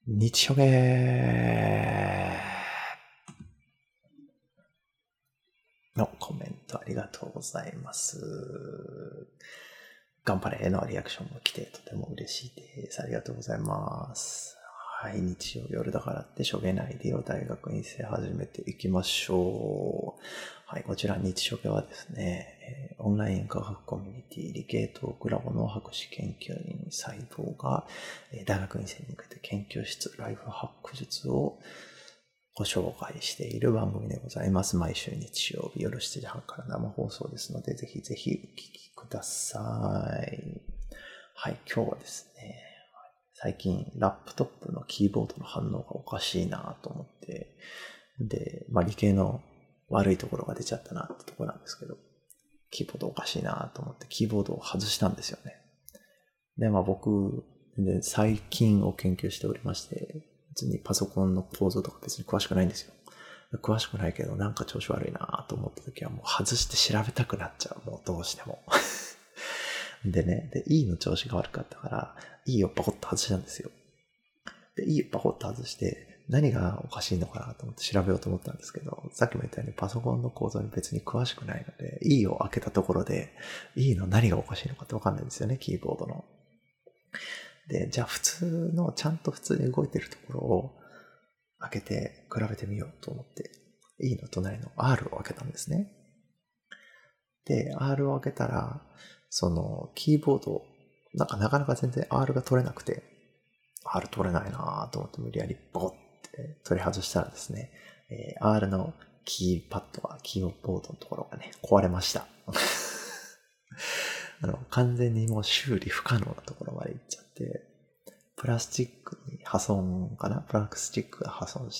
日諸芸のコメントありがとうございます。頑張れのリアクションも来てとても嬉しいです。ありがとうございます。はい、日曜夜だからって諸芸ないでよ大学院生始めていきましょう。はい、こちら日諸芸はですね、オンライン科学コミュニティ理系トークラボの博士研究員細胞が大学院生に向けて研究室ライフハック術をご紹介している番組でございます。毎週日曜日夜7時半から生放送ですので、ぜひぜひお聞きください。はい、今日はですね、最近ラップトップのキーボードの反応がおかしいなと思って、で、理系の悪いところが出ちゃったなってところなんですけど、キーボードおかしいなと思ってキーボードを外したんですよね。で、僕、最近を研究しておりまして、別にパソコンの構造とか別に詳しくないんですよ。詳しくないけどなんか調子悪いなと思った時はもう外して調べたくなっちゃう。もうどうしても。でね、E の調子が悪かったから E をパコッと外したんですよ。で、E をパコッと外して何がおかしいのかなと思って調べようと思ったんですけど、さっきも言ったようにパソコンの構造に別に詳しくないので E を開けたところで E の何がおかしいのかってわかんないんですよね、キーボードの。で、じゃあちゃんと普通に動いてるところを開けて比べてみようと思って、E の隣の R を開けたんですね。で、R を開けたら、そのキーボード、なかなか全然 R が取れなくて、R 取れないなと思って無理やりボコって取り外したらですね、R のキーパッドが、キーボードのところがね、壊れました。完全にもう修理不可能なところまで行っちゃって、プラスチックに破損かな？プラスチックが破損して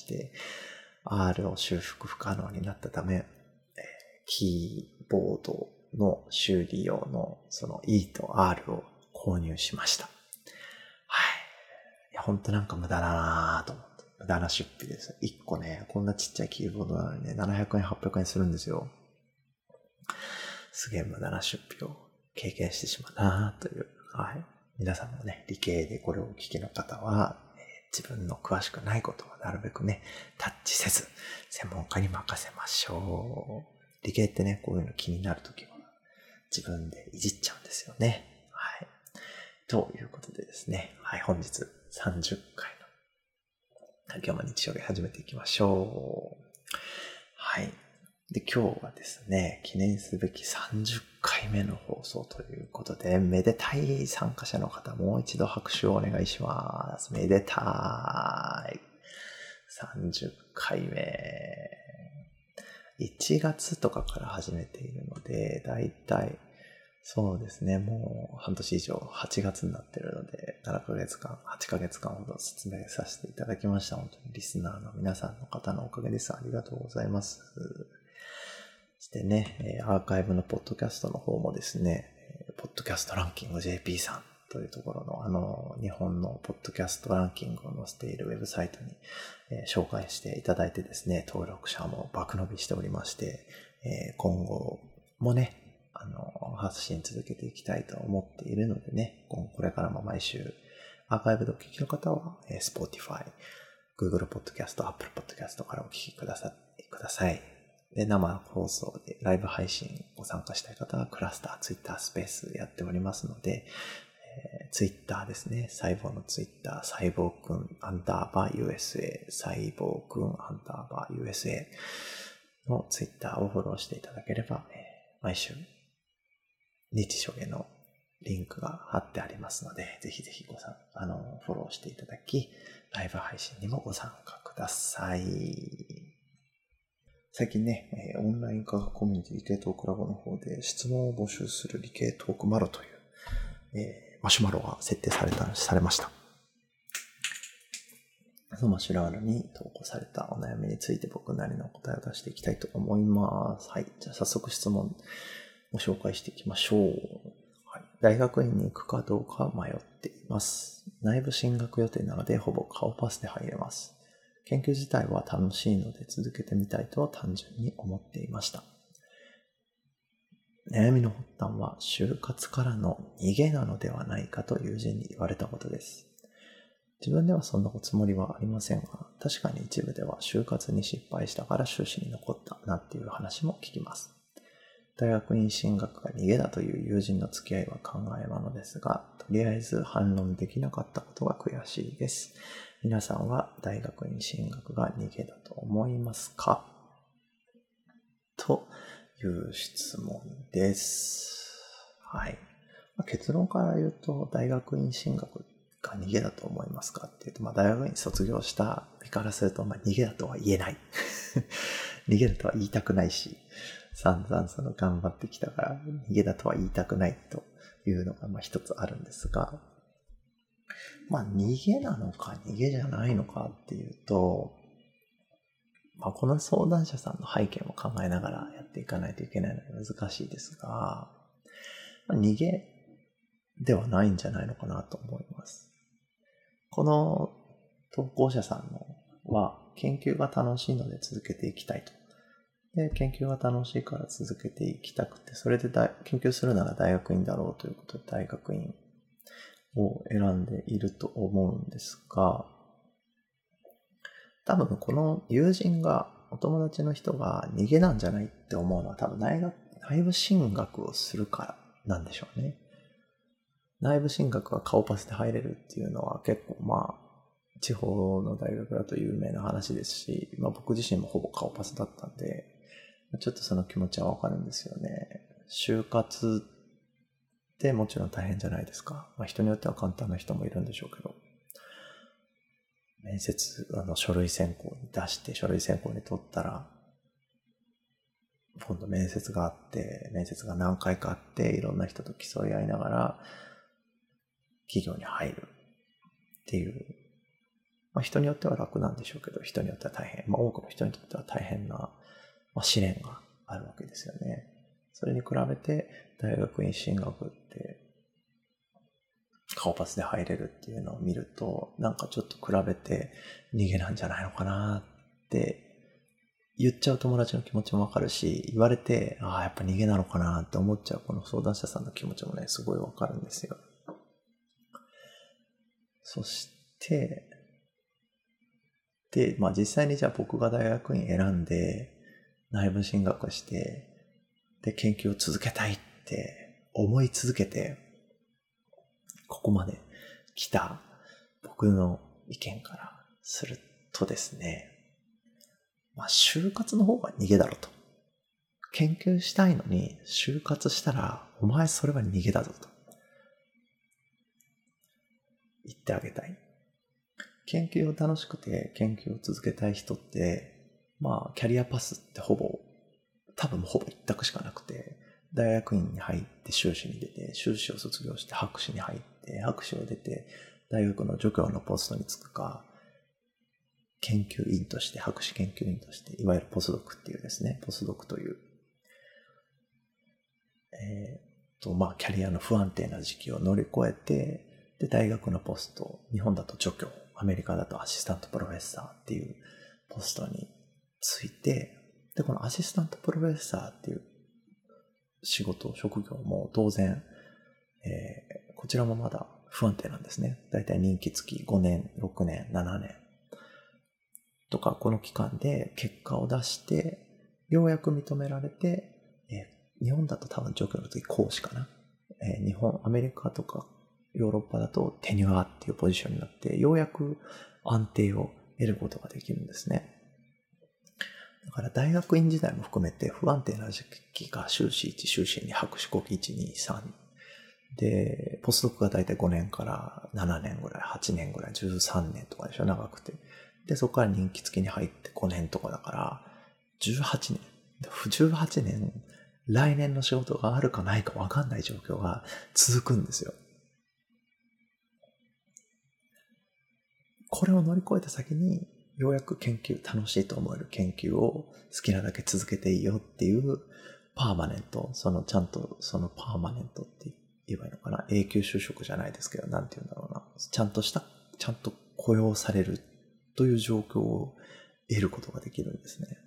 、R を修復不可能になったため、キーボードの修理用のその E と R を購入しました。はい。いや、ほんとなんか無駄だなぁと思って。無駄な出費です。1個ね、こんなちっちゃいキーボードなのにね、700円、800円するんですよ。すげえ無駄な出費を経験してしまうなぁという。はい。皆さんもね、理系でこれをお聞きの方は、自分の詳しくないことはなるべくね、タッチせず、専門家に任せましょう。理系ってね、こういうの気になるときは、自分でいじっちゃうんですよね。はい。ということでですね、はい、本日30回の、今日も日曜日始めていきましょう。はい。で、今日はですね、記念すべき30回目の放送ということで、めでたい参加者の方、もう一度拍手をお願いします。めでたい。30回目。1月とかから始めているので、だいたい、そうですね、もう半年以上、8月になっているので、7ヶ月間、8ヶ月間ほど説明させていただきました。本当にリスナーの皆さんの方のおかげです。ありがとうございます。そしてね、アーカイブのポッドキャストの方もですね、ポッドキャストランキング JP さんというところの日本のポッドキャストランキングを載せているウェブサイトに、紹介していただいてですね、登録者も爆伸びしておりまして、今後もね、発信続けていきたいと思っているのでね、これからも毎週アーカイブでお聞きの方は、Spotify、Google Podcast、Apple Podcast からお聞きください。で、生放送でライブ配信ご参加したい方はクラスター、Twitter スペースやっておりますので、Twitter ですね。細胞の Twitter、細胞くん_USA、細胞くん_USA の Twitter をフォローしていただければ、毎週日諸芸のリンクが貼ってありますので、ぜひぜひフォローしていただき、ライブ配信にもご参加ください。最近ね、オンライン科学コミュニティ理系トークラボの方で質問を募集する理系トークマロという、マシュマロが設定されました。そのマシュマロに投稿されたお悩みについて僕なりの答えを出していきたいと思います。はい。じゃあ早速質問を紹介していきましょう。はい、大学院に行くかどうか迷っています。内部進学予定なのでほぼ顔パスで入れます。研究自体は楽しいので続けてみたいと単純に思っていました。悩みの発端は就活からの逃げなのではないかと友人に言われたことです。 自分ではそんなおつもりはありませんが、確かに一部では就活に失敗したから修士に残ったなっていう話も聞きます。大学院進学が逃げだという友人の付き合いは考えものですが、とりあえず反論できなかったことが悔しいです。皆さんは大学院進学が逃げだと思いますか？という質問です。はい。結論から言うと、大学院進学が逃げだと思いますかっていうと、大学院卒業した身からすると、逃げだとは言えない。逃げだとは言いたくないし、散々頑張ってきたから逃げだとは言いたくないというのが一つあるんですが、逃げなのか逃げじゃないのかっていうと、この相談者さんの背景も考えながらやっていかないといけないので難しいですが、逃げではないんじゃないのかなと思います。この投稿者さんのは研究が楽しいので続けていきたいと。で、研究が楽しいから続けていきたくて、それで研究するなら大学院だろうということで大学院を選んでいると思うんですが、多分この友人が、お友達の人が逃げなんじゃないって思うのは多分内部進学をするからなんでしょうね。内部進学が顔パスで入れるっていうのは結構地方の大学だと有名な話ですし、僕自身もほぼ顔パスだったんで、ちょっとその気持ちはわかるんですよね。就活ってもちろん大変じゃないですか。人によっては簡単な人もいるんでしょうけど、面接、書類選考に出して、書類選考に取ったら、今度面接があって、面接が何回かあって、いろんな人と競い合いながら、企業に入るっていう、人によっては楽なんでしょうけど、人によっては大変、多くの人にとっては大変な、試練があるわけですよね。それに比べて、大学院進学って、顔パスで入れるっていうのを見ると、ちょっと比べて逃げなんじゃないのかなって言っちゃう友達の気持ちもわかるし、言われて、やっぱ逃げなのかなって思っちゃうこの相談者さんの気持ちもね、すごいわかるんですよ。そして、で、実際にじゃあ僕が大学院選んで、内部進学して、で、研究を続けたいって思い続けて、ここまで来た僕の意見からするとですね、就活の方が逃げだろと。研究したいのに就活したら、お前それは逃げだぞと言ってあげたい。研究を楽しくて研究を続けたい人って、キャリアパスって多分ほぼ一択しかなくて、大学院に入って修士に出て、修士を卒業して博士に入って、博士を出て、大学の助教のポストに就くか、研究員として、博士研究員として、いわゆるポスドクっていうですね、ポスドクという、キャリアの不安定な時期を乗り越えて、で、大学のポスト、日本だと助教、アメリカだとアシスタントプロフェッサーっていうポストに就いて、で、このアシスタントプロフェッサーっていう職業も当然、こちらもまだ不安定なんですね。だいたい任期付き5年、6年、7年とか、この期間で結果を出して、ようやく認められて、日本だと多分助教の時講師かな。アメリカとかヨーロッパだとテニュアっていうポジションになって、ようやく安定を得ることができるんですね。だから大学院時代も含めて不安定な時期が修士1、修士2、博士後期1、2、3。で、ポスドクが大体5年から7年ぐらい、8年ぐらい、13年とかでしょ、長くて。で、そこから任期付きに入って5年とかだから、18年。18年、来年の仕事があるかないか分かんない状況が続くんですよ。これを乗り越えた先に、ようやく楽しいと思える研究を好きなだけ続けていいよっていうパーマネント、ちゃんとパーマネントって言えばいいのかな、永久就職じゃないですけど、なんて言うんだろうな、ちゃんと雇用されるという状況を得ることができるんですね。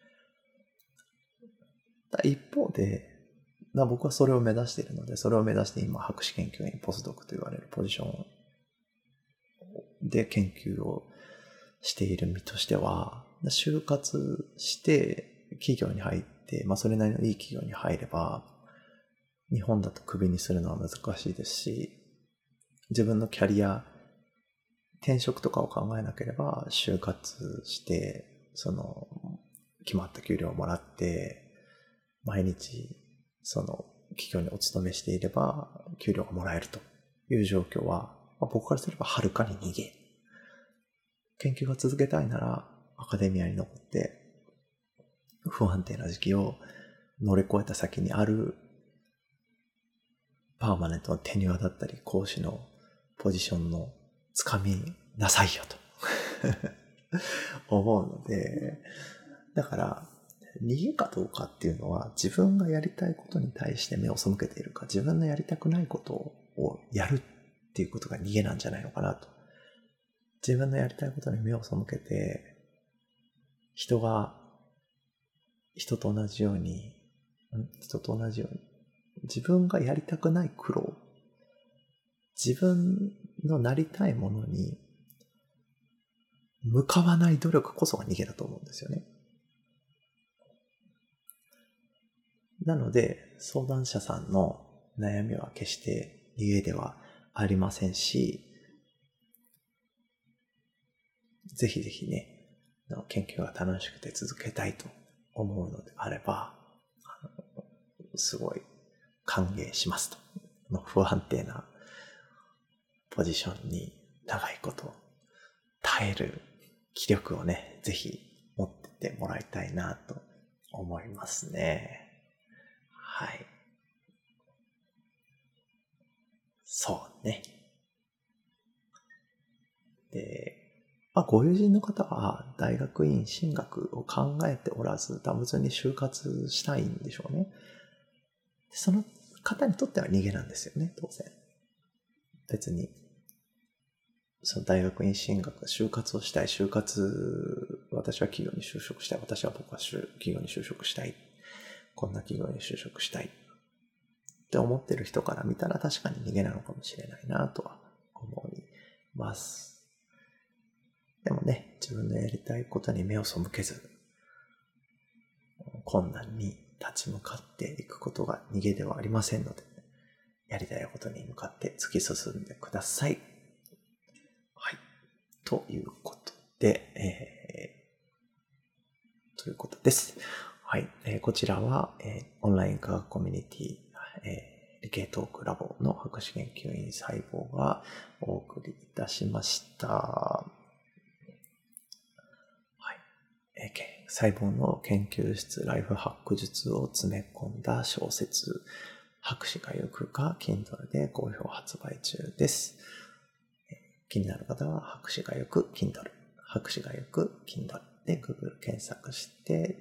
一方で、僕はそれを目指しているので、それを目指して今、博士研究員、ポスドクと言われるポジションで研究をしている身としては、就活して企業に入って、それなりのいい企業に入れば、日本だとクビにするのは難しいですし、自分のキャリア、転職とかを考えなければ、就活して、決まった給料をもらって、毎日、企業にお勤めしていれば、給料がもらえるという状況は、僕からすればはるかに逃げ。研究が続けたいなら、アカデミアに残って、不安定な時期を乗り越えた先にある、パーマネントのテニュアだったり、講師のポジションのつかみなさいよと思うので、だから逃げかどうかっていうのは自分がやりたいことに対して目を背けているか、自分のやりたくないことをやるっていうことが逃げなんじゃないのかなと。自分のやりたいことに目を背けて、人と同じように自分がやりたくない苦労、自分のなりたいものに向かわない努力こそが逃げだと思うんですよね。なので、相談者さんの悩みは決して逃げではありませんし、ぜひぜひね、研究が楽しくて続けたいと思うのであれば、すごい歓迎しますと。不安定なポジションに長いこと耐える気力をね、ぜひ持っててもらいたいなと思いますね。はい。そうね。で、ご友人の方は大学院進学を考えておらず、単純に就活したいんでしょうね。その方にとっては逃げなんですよね、当然。別に、その大学院進学、就活をしたい、私は企業に就職したい、僕は企業に就職したい、こんな企業に就職したいって思ってる人から見たら確かに逃げなのかもしれないなとは思います。でもね、自分のやりたいことに目を背けず、困難に立ち向かっていくことが逃げではありませんので、やりたいことに向かって突き進んでください。はい。ということで、です。はい。こちらは、オンライン科学コミュニティ、理系トークラボの博士研究員細胞がお送りいたしました。はい。細胞の研究室ライフハック術を詰め込んだ小説、博士が行くが Kindle で好評発売中です。気になる方は博士が行く Kindle、博士が行く Kindle で Google 検索して、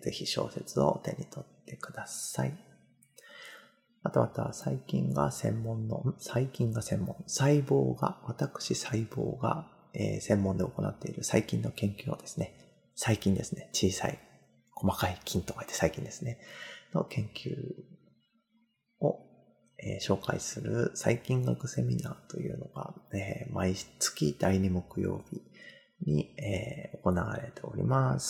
ぜひ小説を手に取ってください。また細菌が専門、細胞が、専門で行っている細菌の研究をですね、細菌ですね、小さい、細かい菌と書いて細菌ですね、の研究を、紹介する細菌学セミナーというのが、毎月第2木曜日に、行われております。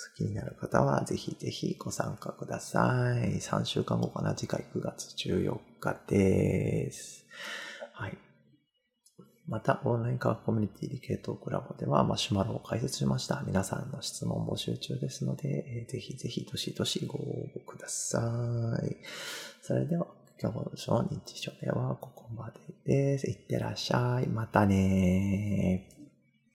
気になる方はぜひぜひご参加ください。3週間後かな、次回9月14日です。はい。また、オンライン科学コミュニティ理系トークラボではマシュマロを開設しました。皆さんの質問募集中ですので、ぜひぜひどしどしご応募ください。それでは、今日の認知症ではここまでです。いってらっしゃい。またねー。